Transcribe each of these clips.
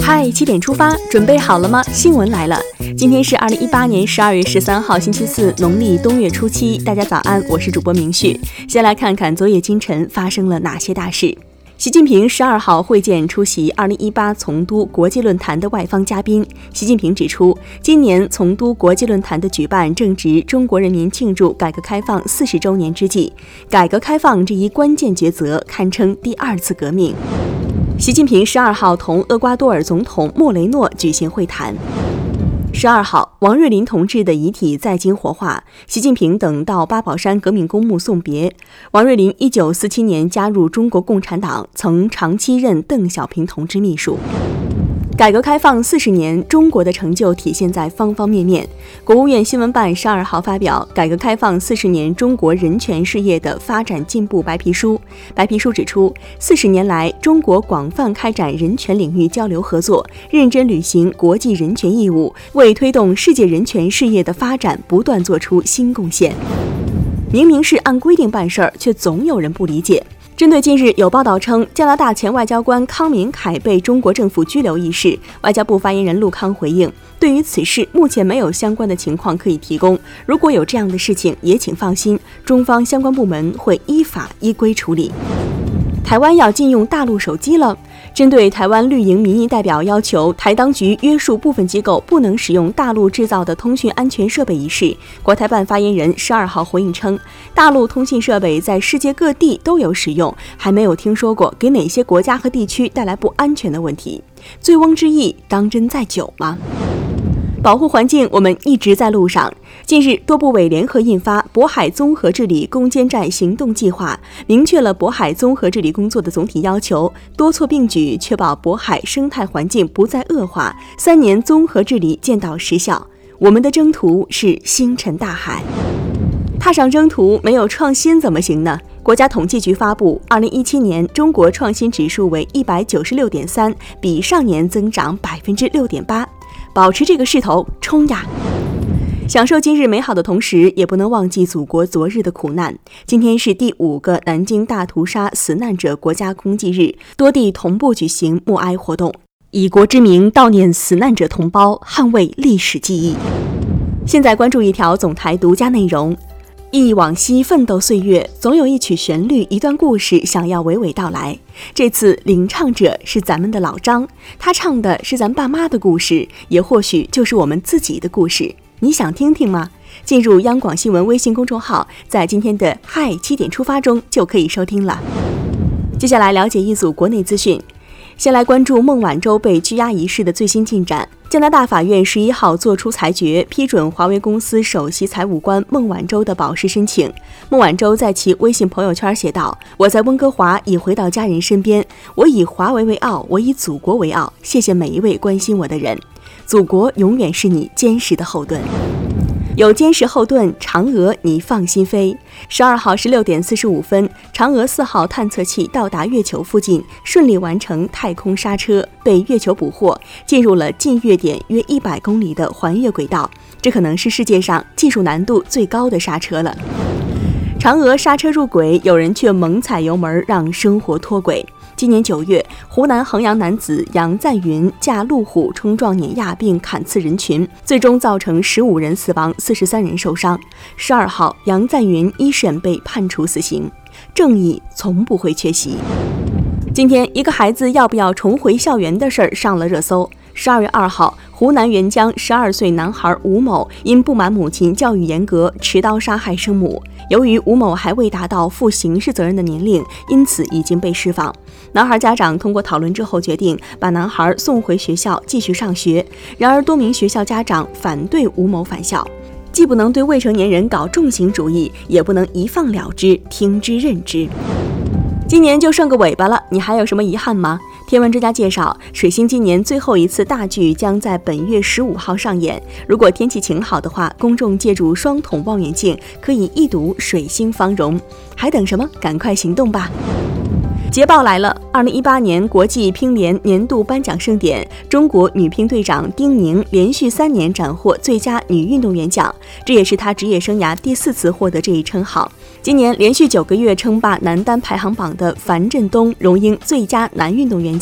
嗨，7点出发，准备好了吗？新闻来了，今天是2018年12月13号，星期四，农历冬月初七。大家早安，我是主播明旭。先来看看昨夜今晨发生了哪些大事。习近平12号会见出席2018从都国际论坛的外方嘉宾。习近平指出，今年从都国际论坛的举办正值中国人民庆祝改革开放40周年之际，改革开放这一关键抉择堪称第二次革命。习近平12号同厄瓜多尔总统莫雷诺举行会谈。12号，王瑞林同志的遗体在京火化，习近平等到八宝山革命公墓送别。王瑞林1947年加入中国共产党，曾长期任邓小平同志秘书。改革开放40年，中国的成就体现在方方面面。国务院新闻办12号发表《改革开放40年中国人权事业的发展进步白皮书》。白皮书指出，40年来，中国广泛开展人权领域交流合作，认真履行国际人权义务，为推动世界人权事业的发展不断做出新贡献。明明是按规定办事儿，却总有人不理解。针对近日有报道称加拿大前外交官康明凯被中国政府拘留一事，外交部发言人陆康回应，对于此事目前没有相关的情况可以提供，如果有这样的事情也请放心，中方相关部门会依法依规处理。台湾要禁用大陆手机了。针对台湾绿营民意代表要求台当局约束部分机构不能使用大陆制造的通讯安全设备一事，国台办发言人12号回应称，大陆通信设备在世界各地都有使用，还没有听说过给哪些国家和地区带来不安全的问题。醉翁之意当真在酒吗？保护环境，我们一直在路上。近日，多部委联合印发《渤海综合治理攻坚战行动计划》，明确了渤海综合治理工作的总体要求，多措并举，确保渤海生态环境不再恶化，3年综合治理见到实效。我们的征途是星辰大海。踏上征途，没有创新怎么行呢？国家统计局发布，2017年中国创新指数为196.3，比上年增长6.8%。保持这个势头，冲呀！享受今日美好的同时，也不能忘记祖国昨日的苦难。今天是第5个南京大屠杀死难者国家公祭日，多地同步举行默哀活动，以国之名悼念死难者同胞，捍卫历史记忆。现在关注一条总台独家内容。忆往昔奋斗岁月，总有一曲旋律，一段故事想要娓娓道来。这次领唱者是咱们的老张，他唱的是咱爸妈的故事，也或许就是我们自己的故事。你想听听吗？进入央广新闻微信公众号，在今天的嗨7点出发中就可以收听了。接下来了解一组国内资讯。先来关注孟晚舟被拘押一事的最新进展。加拿大法院11号作出裁决，批准华为公司首席财务官孟晚舟的保释申请。孟晚舟在其微信朋友圈写道：“我在温哥华已回到家人身边，我以华为为傲，我以祖国为傲，谢谢每一位关心我的人，祖国永远是你坚实的后盾。”有坚实后盾，嫦娥你放心飞。12号16点45分，嫦娥4号探测器到达月球附近，顺利完成太空刹车，被月球捕获，进入了近月点约100公里的环月轨道。这可能是世界上技术难度最高的刹车了。嫦娥刹车入轨，有人却猛踩油门，让生活脱轨。今年9月，湖南衡阳男子杨赞云驾路虎冲撞碾压并砍刺人群，最终造成15人死亡，43人受伤。12号，杨赞云一审被判处死刑。正义从不会缺席。今天，一个孩子要不要重回校园的事儿上了热搜。12月2号，湖南沅江12岁男孩吴某因不满母亲教育严格，持刀杀害生母。由于吴某还未达到负刑事责任的年龄，因此已经被释放。男孩家长通过讨论之后决定把男孩送回学校继续上学，然而多名学校家长反对吴某返校。既不能对未成年人搞重刑主义，也不能一放了之，听之任之。今年就剩个尾巴了，你还有什么遗憾吗？天文专家介绍，水星今年最后一次大剧将在本月15号上演。如果天气晴好的话，公众借助双筒望远镜可以一睹水星芳容。还等什么？赶快行动吧！捷报来了！2018年国际乒联年度颁奖盛典，中国女乒队长丁宁连续3年斩获最佳女运动员奖，这也是她职业生涯第4次获得这一称号。今年连续9个月称霸男单排行榜的樊振东荣膺最佳男运动员奖。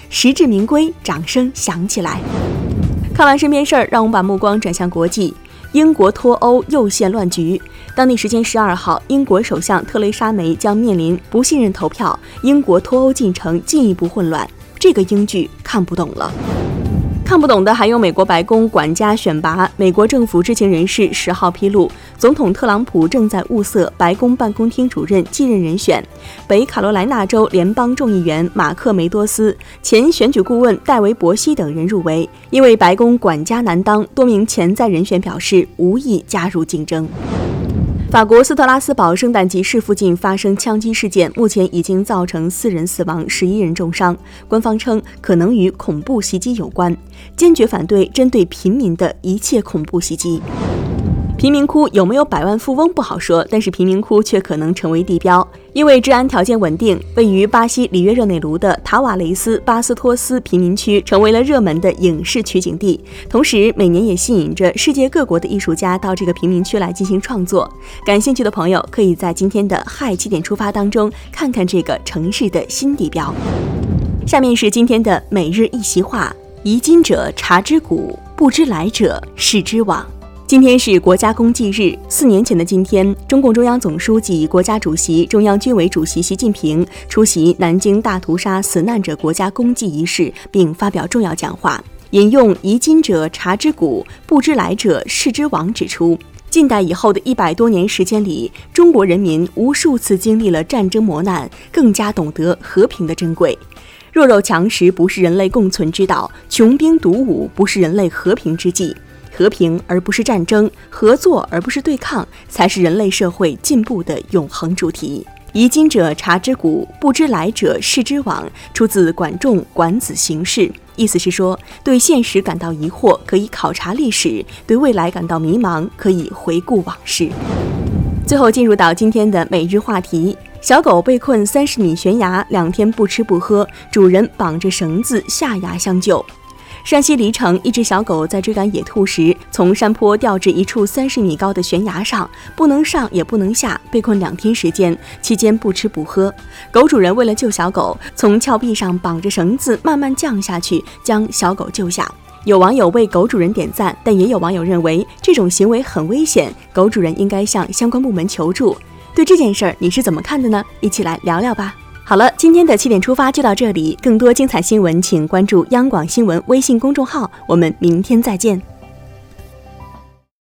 实至名归，掌声响起来。看完身边事儿，让我们把目光转向国际。英国脱欧又陷乱局。当地时间12号，英国首相特蕾莎梅将面临不信任投票，英国脱欧进程进一步混乱。这个英剧看不懂了。看不懂的还有美国白宫管家选拔。美国政府知情人士10号披露，总统特朗普正在物色白宫办公厅主任继任人选。北卡罗来纳州联邦众议员马克梅多斯、前选举顾问戴维伯西等人入围。因为白宫管家难当，多名潜在人选表示无意加入竞争。法国斯特拉斯堡圣诞集市附近发生枪击事件，目前已经造成4人死亡，11人重伤。官方称可能与恐怖袭击有关，坚决反对针对平民的一切恐怖袭击。贫民窟有没有百万富翁不好说，但是贫民窟却可能成为地标。因为治安条件稳定，位于巴西里约热内卢的塔瓦雷斯巴斯托斯贫民区成为了热门的影视取景地，同时每年也吸引着世界各国的艺术家到这个贫民区来进行创作。感兴趣的朋友可以在今天的嗨7点出发当中看看这个城市的新地标。下面是今天的每日一席话：宜今者察之古，不知来者是之往。今天是国家公祭日，4年前的今天，中共中央总书记、国家主席、中央军委主席习近平出席南京大屠杀死难者国家公祭仪式，并发表重要讲话，引用“宜今者察之古，不知来者是之往”，指出，近代以后的100多年时间里，中国人民无数次经历了战争磨难，更加懂得和平的珍贵。弱肉强食不是人类共存之道，穷兵黩武不是人类和平之计。和平而不是战争，合作而不是对抗，才是人类社会进步的永恒主题。宜今者察之古，不知来者是之往，出自管仲《管子形事》，意思是说，对现实感到疑惑，可以考察历史；对未来感到迷茫，可以回顾往事。最后进入到今天的每日话题：小狗被困30米悬崖，2天不吃不喝，主人绑着绳子下崖相救。山西黎城，一只小狗在追赶野兔时，从山坡掉至一处30米高的悬崖上，不能上也不能下，被困2天时间，期间不吃不喝。狗主人为了救小狗，从峭壁上绑着绳子慢慢降下去，将小狗救下。有网友为狗主人点赞，但也有网友认为这种行为很危险，狗主人应该向相关部门求助。对这件事儿，你是怎么看的呢？一起来聊聊吧。好了，今天的7点出发就到这里，更多精彩新闻请关注央广新闻微信公众号，我们明天再见。